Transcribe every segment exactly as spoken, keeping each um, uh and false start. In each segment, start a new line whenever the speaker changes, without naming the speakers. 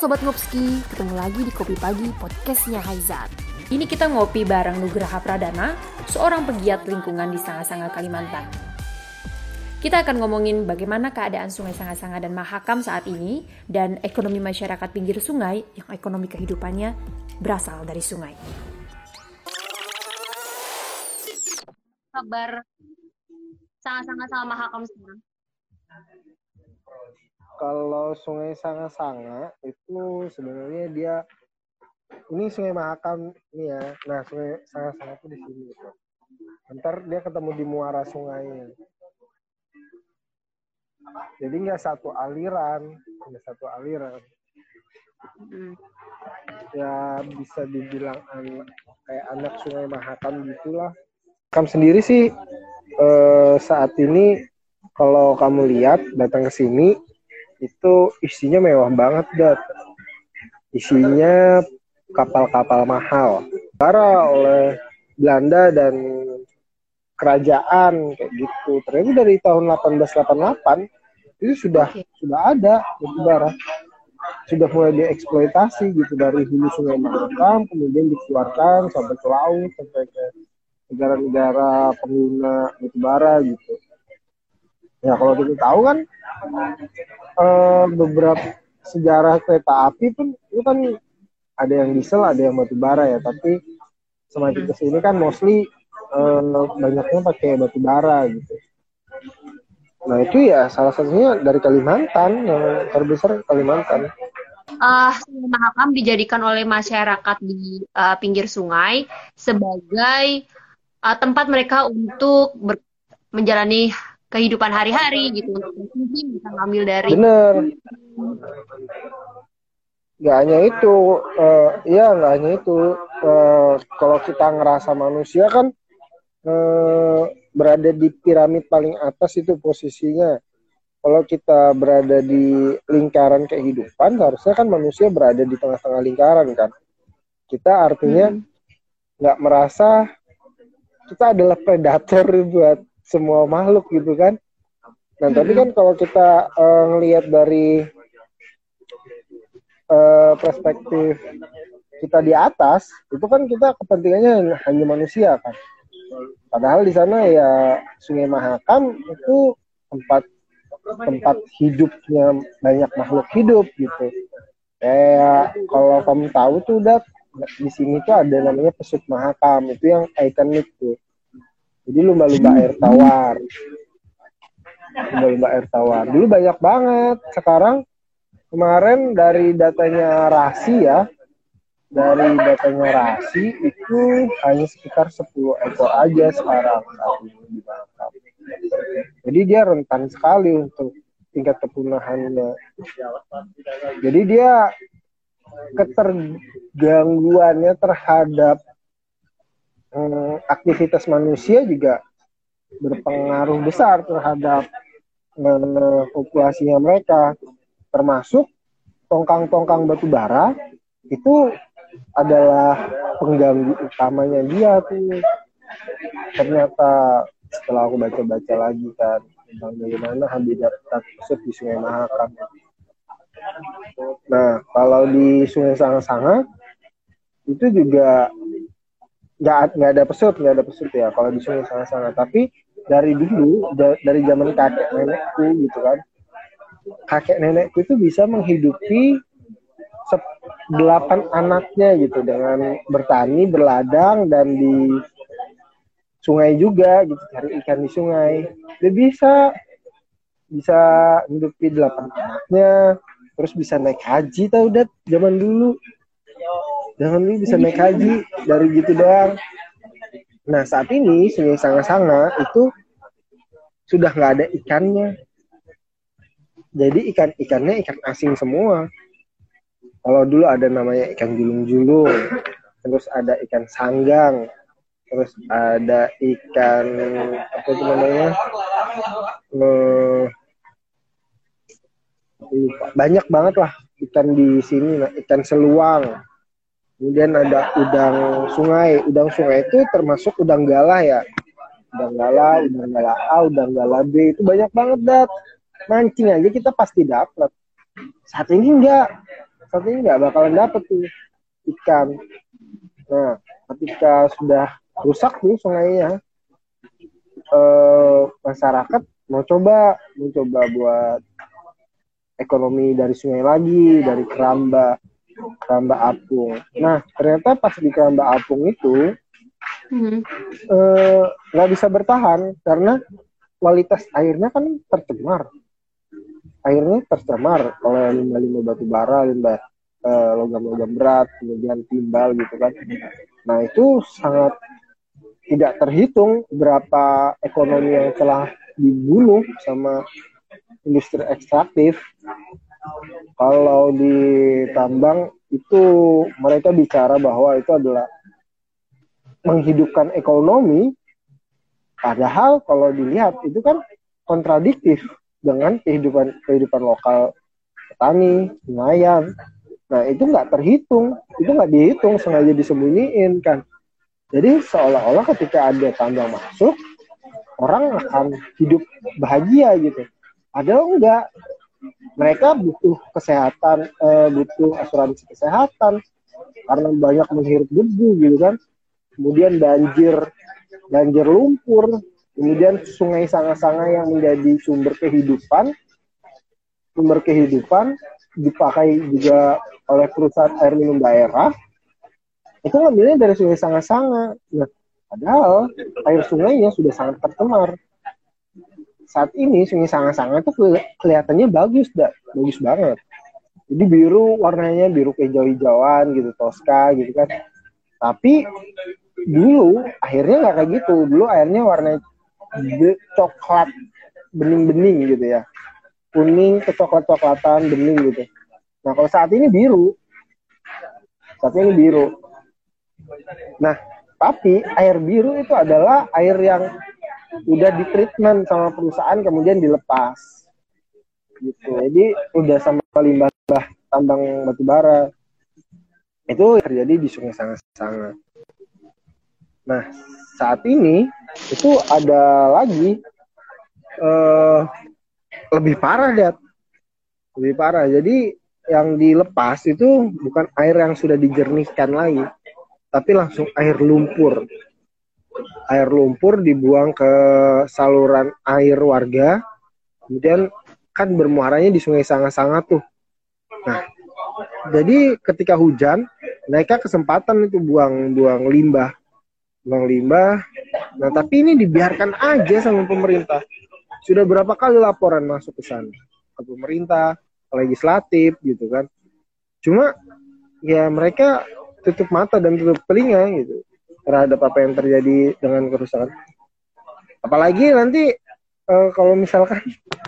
Sobat Ngopski, ketemu lagi di Kopi Pagi podcastnya Haizat. Ini kita ngopi bareng Nugraha Pradana, seorang pegiat lingkungan di Sanga-Sanga, Kalimantan. Kita akan ngomongin bagaimana keadaan Sungai Sanga-Sanga dan Mahakam saat ini, dan ekonomi masyarakat pinggir sungai yang ekonomi kehidupannya berasal dari sungai.
Kabar Sanga-Sanga sama Mahakam sekarang?
Kalau Sungai Sanga-Sanga itu sebenarnya dia ini Sungai Mahakam ini ya. Nah, Sungai Sanga-Sanga itu di sini gitu. Ntar dia ketemu di muara sungainya. Jadi nggak satu aliran, nggak satu aliran.
Hmm.
Ya bisa dibilang anak, kayak anak Sungai Mahakam gitulah. Mahakam sendiri sih eh, saat ini kalau kamu lihat datang ke sini itu isinya mewah banget, Dat. Isinya kapal-kapal mahal. Para oleh Belanda dan kerajaan kayak gitu. Ternyata dari tahun delapan belas delapan puluh delapan itu sudah okay. sudah ada batu bara. Sudah mulai dieksploitasi gitu dari hulu Sungai Mahakam, kemudian dikeluarkan sampai ke laut, sampai ke negara-negara pengguna batu bara gitu. Ya kalau kita tahu kan eh, beberapa sejarah kereta api pun itu kan ada yang diesel, ada yang batu bara ya, tapi semakin kesini kan mostly eh, banyaknya pakai batu bara gitu. Nah itu ya salah satunya dari Kalimantan, yang terbesar Kalimantan.
Uh, Sungai Mahakam dijadikan oleh masyarakat di uh, pinggir sungai sebagai uh, tempat mereka untuk ber- menjalani kehidupan hari-hari gitu, untuk konsumsi bisa ngambil dari.
Bener. Gak hanya itu, uh, ya gak hanya itu. Uh, kalau kita ngerasa manusia kan uh, berada di piramid paling atas itu posisinya. Kalau kita berada di lingkaran kehidupan, harusnya kan manusia berada di tengah-tengah lingkaran kan. Kita artinya nggak hmm. merasa kita adalah predator buat semua makhluk gitu kan. Nah hmm. tapi kan kalau kita uh, ngelihat dari uh, perspektif kita di atas, itu kan kita kepentingannya hanya manusia kan. Padahal di sana ya Sungai Mahakam itu tempat tempat hidupnya banyak makhluk hidup gitu. Kayak kalau kamu tahu tuh udah di sini tuh ada namanya Pesut Mahakam, itu yang ikonik tuh. Jadi lumba-lumba air tawar. Lumba-lumba air tawar. Dulu banyak banget. Sekarang kemarin dari datanya Rasi ya, dari datanya Rasi itu hanya sekitar sepuluh ekor aja sekarang saat ini di Mahakam. Jadi dia rentan sekali untuk tingkat kepunahannya. Jadi dia ketergangguannya terhadap hmm, aktivitas manusia juga berpengaruh besar terhadap hmm, populasinya mereka. Termasuk tongkang-tongkang batu bara itu adalah pengganggu utamanya dia tuh. Ternyata setelah aku baca-baca lagi kan tentang bagaimana habitat pesut di Sungai Mahakam. Nah, kalau di Sungai Sanga-Sanga itu juga nggak nggak ada pesut, nggak ada pesut ya kalau di Sungai Sanga-Sanga. Tapi dari dulu, da, dari zaman kakek nenekku gitu kan, kakek nenekku itu bisa menghidupi delapan anaknya gitu dengan bertani, berladang dan di sungai juga gitu, cari ikan di sungai. Dia bisa bisa hidupi delapan anaknya, terus bisa naik haji tau Dat, zaman dulu. Zaman dulu bisa naik haji dari gitu doang. Nah saat ini Sungai Sanga-Sanga itu sudah nggak ada ikannya. Jadi ikan-ikannya ikan asing semua. Kalau dulu ada namanya ikan julung-julung, terus ada ikan sanggang, terus ada ikan apa itu namanya eh, banyak banget lah ikan di sini. Nah, ikan seluang, kemudian ada udang sungai. Udang sungai itu termasuk udang galah ya, udang galah, udang galah A, udang galah B, itu banyak banget Dat. Mancing aja kita pasti dapat. Saat ini enggak, saat ini nggak bakalan dapet tuh ikan. Nah, ketika sudah rusak tuh sungainya, eh, masyarakat mau coba, mau coba buat ekonomi dari sungai lagi, dari keramba, keramba apung. Nah, ternyata pas di keramba apung itu
Hmm.
eh, nggak bisa bertahan karena kualitas airnya kan tercemar. Airnya tercemar kalau limbah-limbah batu bara, limbah eh, logam-logam berat, kemudian timbal gitu kan. Nah, itu sangat tidak terhitung berapa ekonomi yang telah dibunuh sama industri ekstraktif. Kalau di tambang itu mereka bicara bahwa itu adalah menghidupkan ekonomi, padahal kalau dilihat itu kan kontradiktif dengan kehidupan kehidupan lokal petani, nelayan. Nah, itu nggak terhitung, itu nggak dihitung, sengaja disembunyiin kan. Jadi seolah-olah ketika ada tambang masuk, orang akan hidup bahagia gitu. Padahal enggak. Mereka butuh kesehatan, eh, butuh asuransi kesehatan karena banyak menghirup debu gitu kan. Kemudian banjir, banjir lumpur, kemudian sungai sanga-sanga yang menjadi sumber kehidupan, sumber kehidupan dipakai juga oleh perusahaan air minum daerah. Itu ngambilnya dari sungai sanga-sanga. Nah, padahal air sungainya sudah sangat tercemar. Saat ini sungai sanga-sanga itu kelihatannya bagus, dah, bagus banget. Jadi biru, warnanya biru kehijau-hijauan gitu, toska gitu kan. Tapi dulu airnya nggak kayak gitu. Dulu airnya warna coklat, bening-bening gitu ya. Kuning ke coklat-coklatan, bening gitu. Nah, kalau saat ini biru. Saat ini biru. Nah, tapi air biru itu adalah air yang udah ditreatment sama perusahaan kemudian dilepas gitu. Jadi udah sama limbah tambang batu bara. Itu terjadi di Sungai Sanga-Sanga. Nah, saat ini itu ada lagi eh, lebih parah, Dad. Lebih parah. Jadi yang dilepas itu bukan air yang sudah dijernihkan lagi, tapi langsung air lumpur. Air lumpur dibuang ke saluran air warga, kemudian kan bermuaranya di Sungai Sanga-Sanga tuh. Nah, jadi ketika hujan, mereka kesempatan itu buang-buang limbah, buang limbah. Nah, tapi ini dibiarkan aja sama pemerintah. Sudah berapa kali laporan masuk ke sana, ke pemerintah, ke legislatif gitu kan. Cuma ya mereka tutup mata dan tutup telinga gitu terhadap apa yang terjadi dengan kerusakan. Apalagi nanti uh, kalau misalkan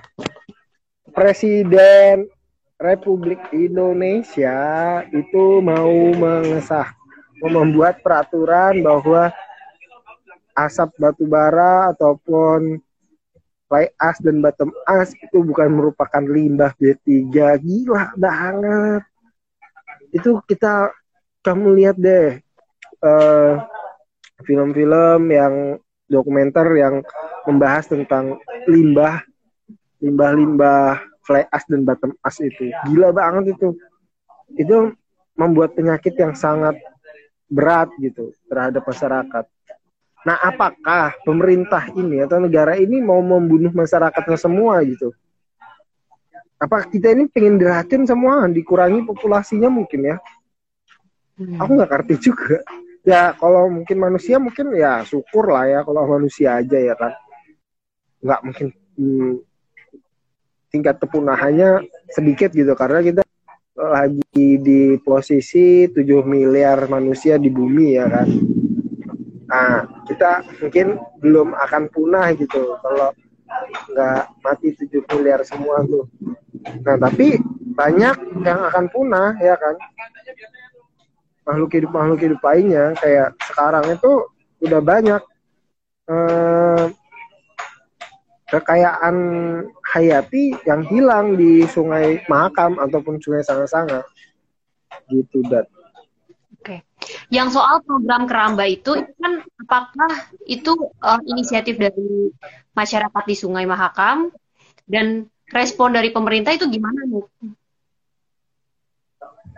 Presiden Republik Indonesia itu mau mengesah, mau membuat peraturan bahwa asap batu bara ataupun fly ash dan bottom ash itu bukan merupakan limbah B tiga. Gila banget. Itu kita, kamu lihat deh uh, film-film yang dokumenter yang membahas tentang limbah limbah-limbah fly ash dan bottom ash itu. Gila banget itu. Itu membuat penyakit yang sangat berat gitu terhadap masyarakat. Nah, apakah pemerintah ini atau negara ini mau membunuh masyarakatnya semua gitu? Apa kita ini pengen diracun semua, dikurangi populasinya mungkin ya? Hmm. Aku nggak ngerti juga. Ya kalau mungkin manusia mungkin ya syukur lah ya kalau manusia aja ya kan. Nggak mungkin hmm, tingkat kepunahannya sedikit gitu karena kita lagi di posisi tujuh miliar manusia di bumi ya kan. Nah, kita mungkin belum akan punah gitu kalau nggak mati tujuh miliar semua tuh. Nah, tapi banyak yang akan punah ya kan. Makhluk hidup makhluk hidup lainnya kayak sekarang itu udah banyak eh, kekayaan hayati yang hilang di Sungai Mahakam ataupun Sungai Sanga-Sanga gitu, Dan.
Oke, yang soal program keramba itu, itu kan apakah itu uh, inisiatif dari masyarakat di Sungai Mahakam dan respon dari pemerintah itu gimana nih?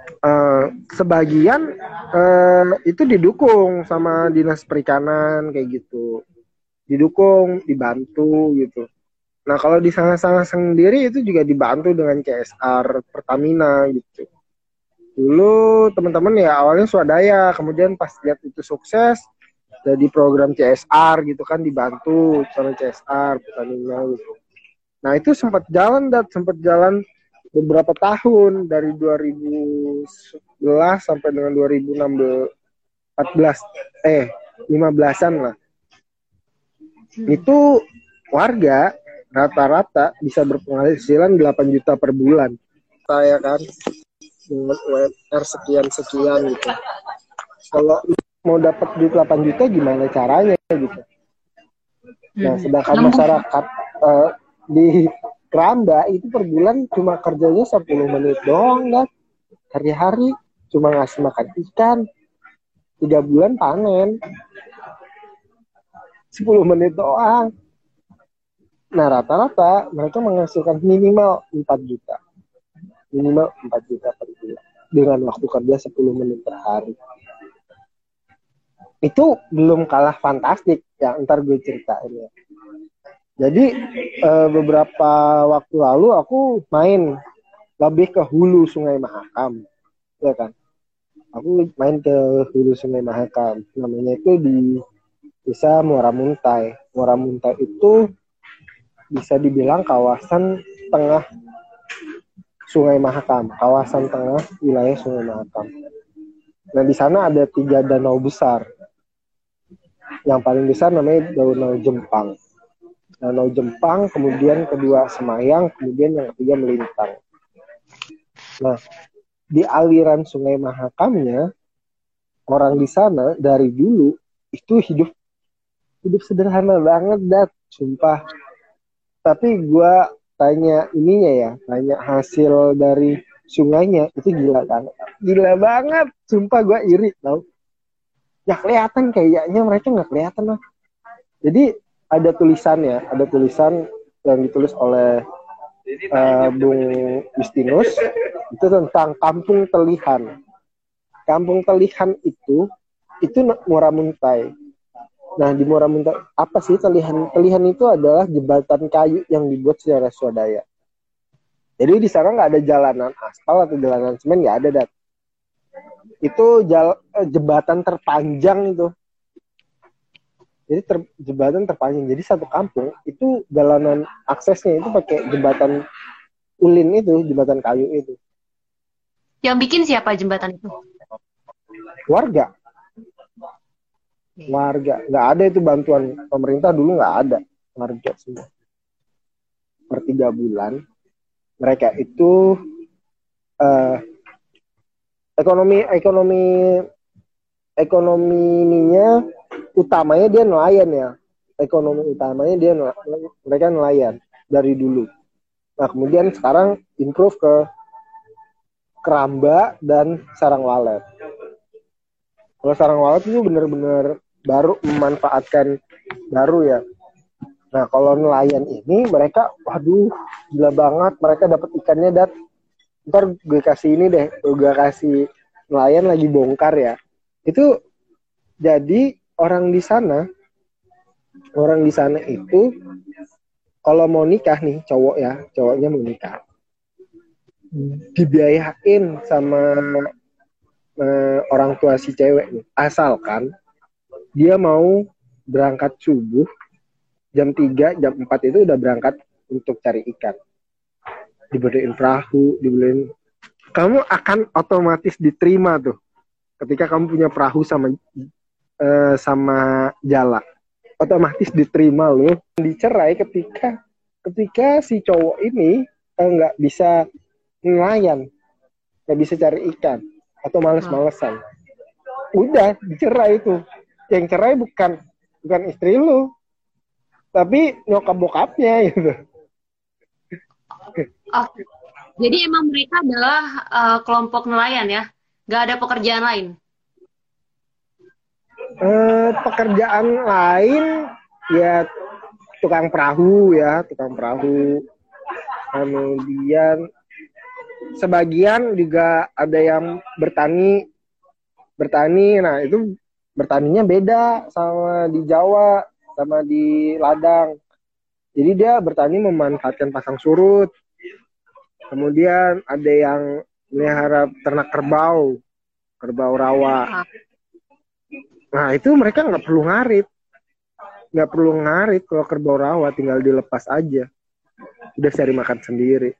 uh, sebagian uh, itu didukung sama dinas perikanan kayak gitu, didukung, dibantu gitu. Nah kalau di sana-sana sendiri itu juga dibantu dengan C S R Pertamina gitu. Dulu teman-teman ya awalnya swadaya, kemudian pas lihat itu sukses jadi program C S R gitu kan, dibantu sama C S R Pertamina gitu. Nah itu sempat jalan dat, sempat jalan beberapa tahun dari dua ribu sebelas sampai dengan dua ribu enam belas empat belas eh lima belasan lah. Hmm. Itu warga rata-rata bisa berpenghasilan delapan juta per bulan. Saya kan dengan U M R sekian-sekian gitu. Kalau mau dapat duit delapan juta gimana caranya gitu. Nah, sedangkan hmm. masyarakat uh, di Keramba itu per bulan cuma kerjanya sepuluh menit doang kan. Hari-hari cuma ngasih makan ikan. tiga bulan panen. sepuluh menit doang. Nah, rata-rata mereka menghasilkan minimal empat juta. Minimal empat juta per bulan. Dengan waktu kerja sepuluh menit per hari. Itu belum kalah fantastik ya, ntar gue ceritain ya. Jadi eh, beberapa waktu lalu aku main lebih ke hulu Sungai Mahakam. Ya kan? Aku main ke hulu Sungai Mahakam. Namanya itu di desa Muara Muntai. Muara Muntai itu bisa dibilang kawasan tengah Sungai Mahakam, kawasan tengah wilayah Sungai Mahakam. Nah di sana ada tiga danau besar. Yang paling besar namanya Danau Jempang. Danau Jempang, kemudian kedua Semayang, kemudian yang ketiga Melintang. Nah di aliran Sungai Mahakamnya orang di sana dari dulu itu hidup hidup sederhana banget, dat, sumpah. Tapi gue tanya ininya ya, tanya hasil dari sungainya, itu gila kan? Gila banget, sumpah gue iri tau. Nggak kelihatan kayaknya, mereka nggak kelihatan lah. Jadi ada tulisannya, ada tulisan yang ditulis oleh uh, Bung Justinus, itu tentang Kampung Telihan. Kampung Telihan itu, itu Muara Muntai. Nah, di Muara Muntai, apa sih Telihan? Telihan itu adalah jembatan kayu yang dibuat secara swadaya. Jadi di sana nggak ada jalanan aspal atau jalanan semen, nggak ada, dat. Itu jal, eh, jembatan terpanjang itu. Jadi ter, jembatan terpanjang. Jadi satu kampung itu jalanan aksesnya itu pakai jembatan ulin itu, jembatan kayu itu.
Yang bikin siapa jembatan itu?
Warga. Warga, nggak ada itu bantuan pemerintah dulu, nggak ada, warga semua. Per tiga bulan mereka itu uh, ekonomi ekonomi ekonominya utamanya dia nelayan ya, ekonomi utamanya dia mereka nelayan dari dulu. Nah kemudian sekarang improve ke Keramba dan Sarang Walet. Kalau Sarang Walet itu benar-benar baru memanfaatkan baru ya. Nah kalau nelayan ini mereka, waduh gila banget, mereka dapat ikannya, dat. Ntar gue kasih ini deh, gue kasih nelayan lagi bongkar ya. Itu jadi orang di sana, orang di sana itu kalau mau nikah nih cowok ya, cowoknya mau nikah, dibiayain sama uh, orang tua si cewek nih, asalkan dia mau berangkat subuh jam tiga, jam empat itu udah berangkat untuk cari ikan. Dibeliin perahu, dibeliin. Kamu akan otomatis diterima tuh ketika kamu punya perahu sama uh, sama jala. Otomatis diterima loh. Dicerai ketika ketika si cowok ini nggak uh, bisa nelayan, nggak bisa cari ikan atau males-malesan. Udah dicerai itu. Yang cerai bukan bukan istri lu, tapi nyokap bokapnya gitu.
Oh, jadi emang mereka adalah uh, kelompok nelayan ya, nggak ada pekerjaan lain?
Uh, pekerjaan lain ya tukang perahu ya, tukang perahu. Kemudian sebagian juga ada yang bertani bertani. Nah itu bertaninya beda sama di Jawa sama di ladang. Jadi dia bertani memanfaatkan pasang surut. Kemudian ada yang melihara ternak kerbau, kerbau rawa. Nah itu mereka nggak perlu ngarit, nggak perlu ngarit kalau kerbau rawa, tinggal dilepas aja, udah cari makan sendiri.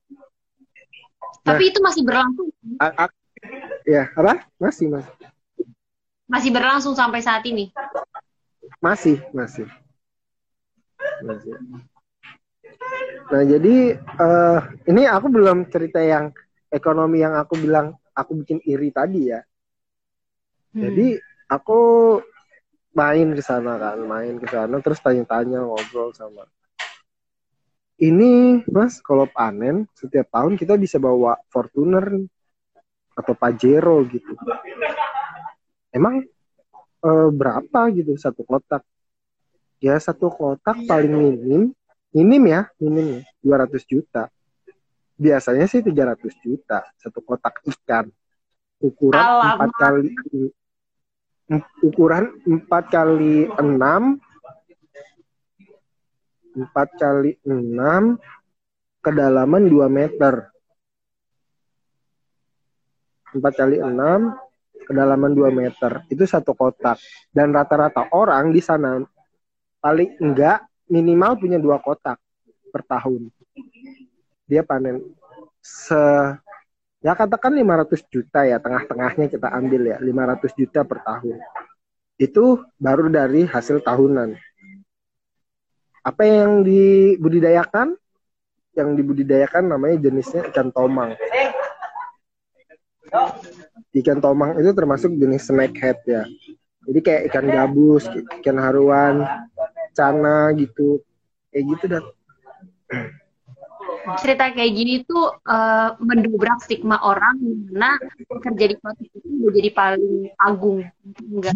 Tapi
Nah,
itu masih berlangsung,
a- a- ya apa? Masih masih
masih berlangsung sampai saat ini.
masih masih. masih. Nah jadi eh, ini aku belum cerita yang ekonomi yang aku bilang aku bikin iri tadi ya.
Hmm.
Jadi aku main ke sana kan, main ke sana terus tanya-tanya ngobrol sama. Ini Mas, kalau panen setiap tahun kita bisa bawa Fortuner atau Pajero gitu. Emang eh, berapa gitu satu kotak? Ya satu kotak paling minim, minim ya, minim ya, dua ratus juta. Biasanya sih tiga ratus juta satu kotak ikan. Ukuran empat
Alamak.
kali ukuran empat kali enam empat kali enam kedalaman dua meter. empat kali enam kedalaman dua meter. Itu satu kotak. Dan rata-rata orang di sana paling enggak minimal punya dua kotak per tahun. Dia panen se ya katakan lima ratus juta ya, tengah-tengahnya kita ambil ya, lima ratus juta per tahun. Itu baru dari hasil tahunan. Apa yang dibudidayakan? Yang dibudidayakan namanya jenisnya ikan tomang. Ikan tomang itu termasuk jenis snakehead ya. Jadi kayak ikan gabus, ikan haruan, cana gitu. Kayak gitu dah.
Cerita kayak gini tuh uh, mendobrak stigma orang dimana kerja di kota itu udah jadi paling agung. Enggak.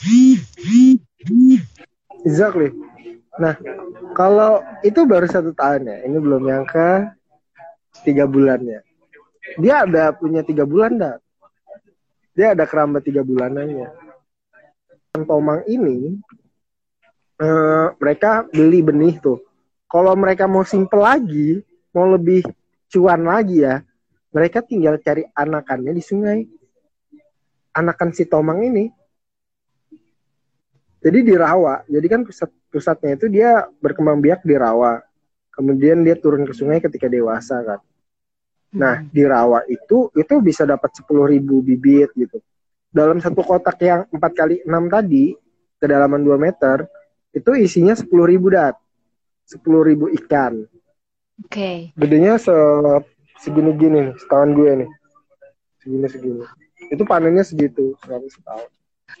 Exactly. Nah, kalau itu baru satu tahun ya. Ini belum yang ke tiga bulannya. Dia ada punya tiga bulan dah. Dia ada keramba tiga bulanannya. Tomang ini eh, mereka beli benih tuh. Kalau mereka mau simple lagi, mau lebih cuan lagi ya, mereka tinggal cari anakannya di sungai. Anakan si tomang ini. Jadi di rawa. Jadi kan pusat pusatnya itu dia berkembang biak di rawa. Kemudian dia turun ke sungai ketika dewasa kan. Nah, di rawa itu itu bisa dapat sepuluh ribu bibit gitu. Dalam satu kotak yang empat kali enam tadi, kedalaman dua meter, itu isinya sepuluh ribu dat. sepuluh ribu ikan.
Oke. Okay.
Gedenya se segini-gini, setangan gue nih. Segini-segini. Itu panennya segitu, seratus tahun.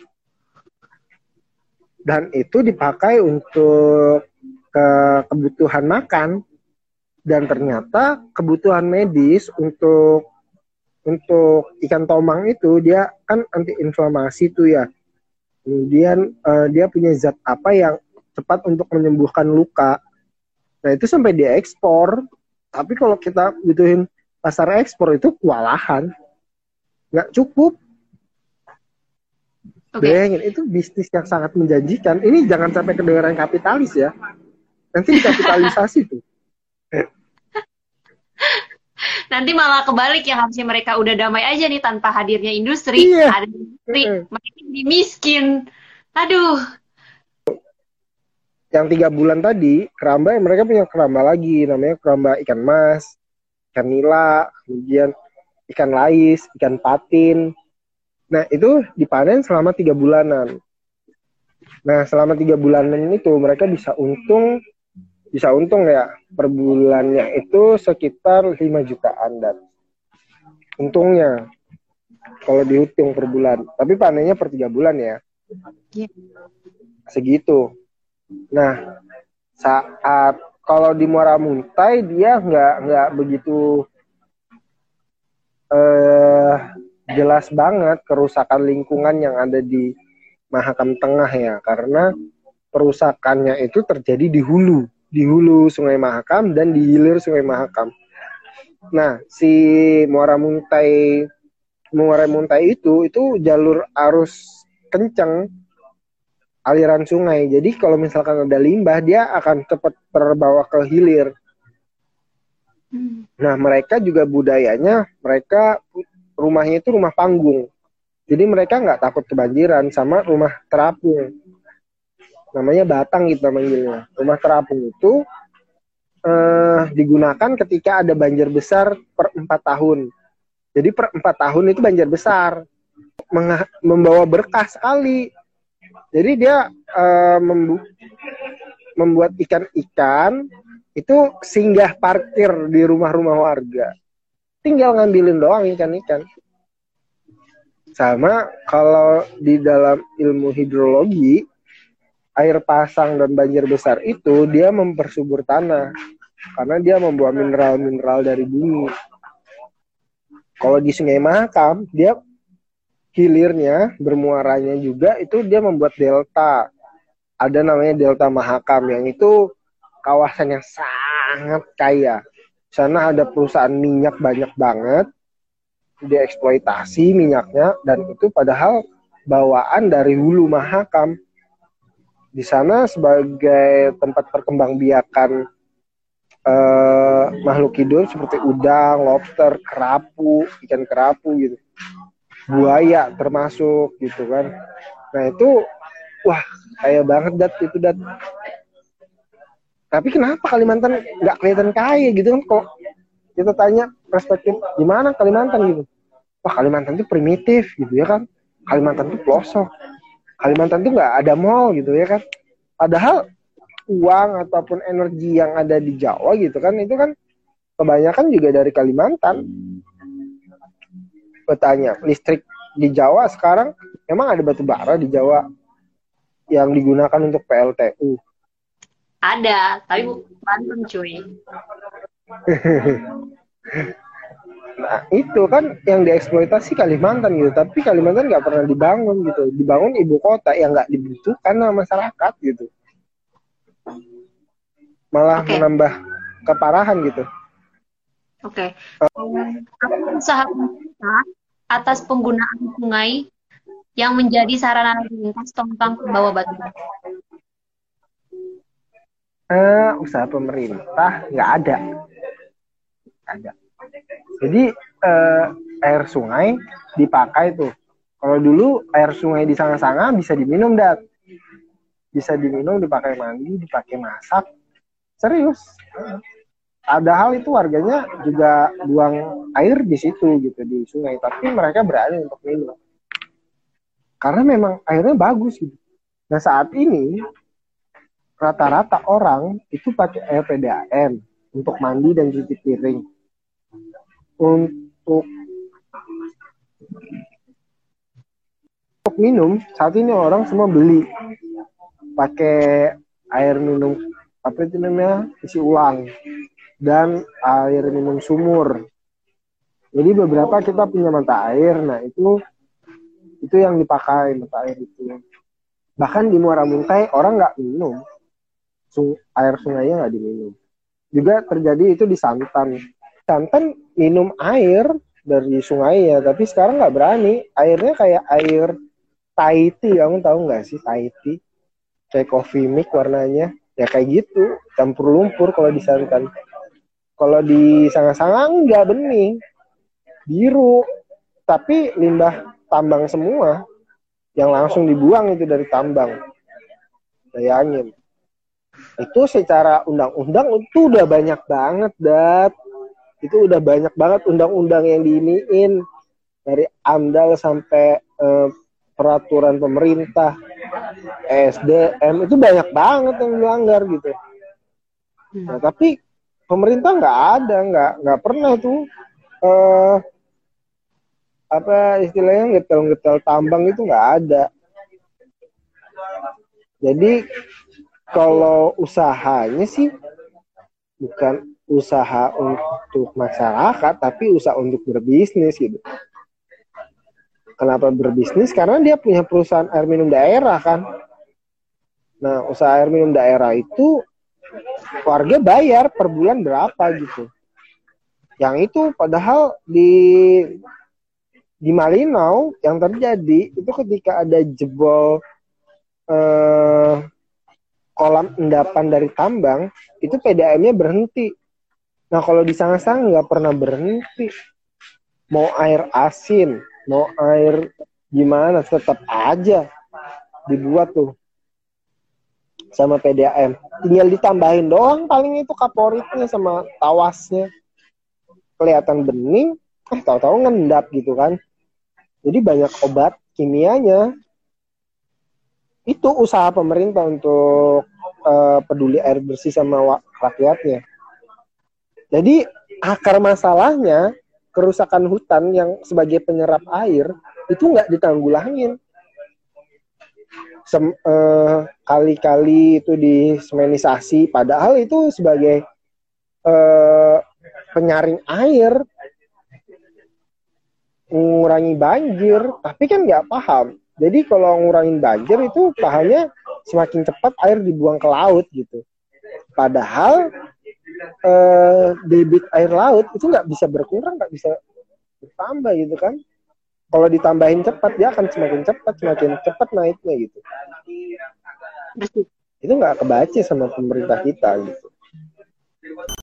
Dan itu dipakai untuk ke kebutuhan makan. Dan ternyata kebutuhan medis untuk untuk ikan tomang itu dia kan anti inflamasi tuh ya. Kemudian uh, dia punya zat apa yang cepat untuk menyembuhkan luka. Nah itu sampai dia ekspor. Tapi kalau kita butuhin pasar ekspor itu kewalahan, nggak cukup. Okay. Bayangin itu bisnis yang sangat menjanjikan. Ini jangan sampai kedengaran kapitalis ya. Nanti dikapitalisasi tuh.
Nanti malah kebalik ya, harusnya mereka udah damai aja nih tanpa hadirnya industri.
Iya.
Ada industri, mm. mereka jadi miskin. Aduh.
Yang tiga bulan tadi, keramba mereka punya keramba lagi, namanya keramba ikan mas, ikan nila, kemudian ikan lais, ikan patin. Nah itu dipanen selama tiga bulanan. Nah selama tiga bulanan itu mereka bisa untung bisa untung ya per bulannya itu sekitar lima jutaan dan untungnya kalau dihitung per bulan, tapi panennya per tiga bulan ya segitu. Nah saat kalau di Muara Muntai dia nggak nggak begitu eh, jelas banget kerusakan lingkungan yang ada di Mahakam Tengah ya, karena perusakannya itu terjadi di hulu di hulu Sungai Mahakam dan di hilir Sungai Mahakam. Nah, si Muara Muntai Muara Muntai itu itu jalur arus kenceng aliran sungai. Jadi kalau misalkan ada limbah, dia akan cepat terbawa ke hilir.
Hmm.
Nah, mereka juga budayanya, mereka rumahnya itu rumah panggung. Jadi mereka nggak takut kebanjiran sama rumah terapung. Namanya batang gitu manggilnya. Rumah terapung itu eh, digunakan ketika ada banjir besar per empat tahun. Jadi per empat tahun itu banjir besar. Meng- membawa berkah sekali. Jadi dia eh, membu- membuat ikan-ikan itu singgah parkir di rumah-rumah warga. Tinggal ngambilin doang ikan-ikan. Sama kalau di dalam ilmu hidrologi, air pasang dan banjir besar itu dia mempersubur tanah. Karena dia membawa mineral-mineral dari bumi. Kalau di Sungai Mahakam, dia hilirnya, bermuaranya juga, itu dia membuat delta. Ada namanya Delta Mahakam, yang itu kawasan yang sangat kaya. Di sana ada perusahaan minyak banyak banget, dieksploitasi minyaknya, dan itu padahal bawaan dari hulu Mahakam. Di sana sebagai tempat perkembangbiakan eh, makhluk hidup seperti udang, lobster, kerapu, ikan kerapu gitu, buaya termasuk gitu kan. Nah itu wah kaya banget dat itu dat. Tapi kenapa Kalimantan nggak kelihatan kaya gitu kan? Kok kita tanya perspektif gimana Kalimantan gitu? Wah Kalimantan itu primitif gitu ya kan? Kalimantan itu pelosok. Kalimantan itu nggak ada mall gitu ya kan? Padahal uang ataupun energi yang ada di Jawa gitu kan, itu kan kebanyakan juga dari Kalimantan. Bertanya, listrik di Jawa sekarang memang ada batu bara di Jawa yang digunakan untuk P L T U?
Ada, tapi bukan Banten cuy.
Nah itu kan yang dieksploitasi Kalimantan gitu, tapi Kalimantan nggak pernah dibangun gitu, dibangun ibu kota yang nggak dibutuhkan sama masyarakat gitu, malah
Oke.
menambah keparahan gitu.
Oke. Apa usaha pemerintah atas penggunaan sungai yang menjadi sarana lalu lintas tentang pembawa batu bara?
Eh, usaha pemerintah nggak ada, ada. Jadi eh, air sungai dipakai tuh. Kalau dulu air sungai di Sanga-Sanga bisa diminum dat, bisa diminum, dipakai mandi, dipakai masak, serius. Padahal itu warganya juga buang air di situ gitu di sungai, tapi mereka berani untuk minum karena memang airnya bagus gitu. Nah saat ini rata-rata orang itu pakai air P D A M untuk mandi dan cuci piring. Untuk untuk minum saat ini orang semua beli pakai air minum apa itu namanya isi ulang dan air minum sumur. Jadi beberapa kita punya mata air, nah itu itu yang dipakai mata air itu. Bahkan di Muara Muntai orang nggak minum, Sung, air sungainya nggak diminum. Juga terjadi itu di Santan. Santan minum air dari sungai ya, tapi sekarang nggak berani. Airnya kayak air Thai tea, kamu tahu nggak sih Thai tea? Kayak coffee mix warnanya, ya kayak gitu, campur lumpur kalau di Santan. Kalau di Sanga-Sanga enggak, bening, biru, tapi limbah tambang semua, yang langsung dibuang itu dari tambang. Bayangin. Itu secara undang-undang itu udah banyak banget, Dat. Itu udah banyak banget undang-undang yang diiniin. Dari AMDAL sampai eh, peraturan pemerintah, S D M, itu banyak banget yang dilanggar gitu. Nah, tapi pemerintah nggak ada, nggak nggak pernah tuh eh, apa istilahnya ngetel-ngetel tambang itu nggak ada. Jadi kalau usahanya sih bukan usaha untuk masyarakat, tapi usaha untuk berbisnis gitu. Kenapa berbisnis? Karena dia punya perusahaan air minum daerah kan. Nah, usaha air minum daerah itu warga bayar per bulan berapa gitu. Yang itu padahal di di Malinau yang terjadi itu ketika ada jebol eh, kolam endapan dari tambang, itu P D A M-nya berhenti. Nah kalau di Sangasanga nggak pernah berhenti. Mau air asin, mau air gimana, tetap aja dibuat tuh sama P D A M. Tinggal ditambahin doang paling itu kaporitnya sama tawasnya. Kelihatan bening, eh tahu-tahu ngendap gitu kan. Jadi banyak obat kimianya. Itu usaha pemerintah untuk uh, peduli air bersih sama wa- rakyatnya. Jadi akar masalahnya kerusakan hutan yang sebagai penyerap air itu nggak ditanggulangin. Sem- uh, kali-kali itu disemenisasi, padahal itu sebagai uh, penyaring air, mengurangi banjir, tapi kan nggak paham. Jadi kalau ngurangin banjir itu pahalnya semakin cepat air dibuang ke laut gitu. Padahal eh, debit air laut itu nggak bisa berkurang, nggak bisa bertambah gitu kan. Kalau ditambahin cepat dia akan semakin cepat, semakin cepat naiknya gitu. Itu nggak kebaca sama pemerintah kita gitu.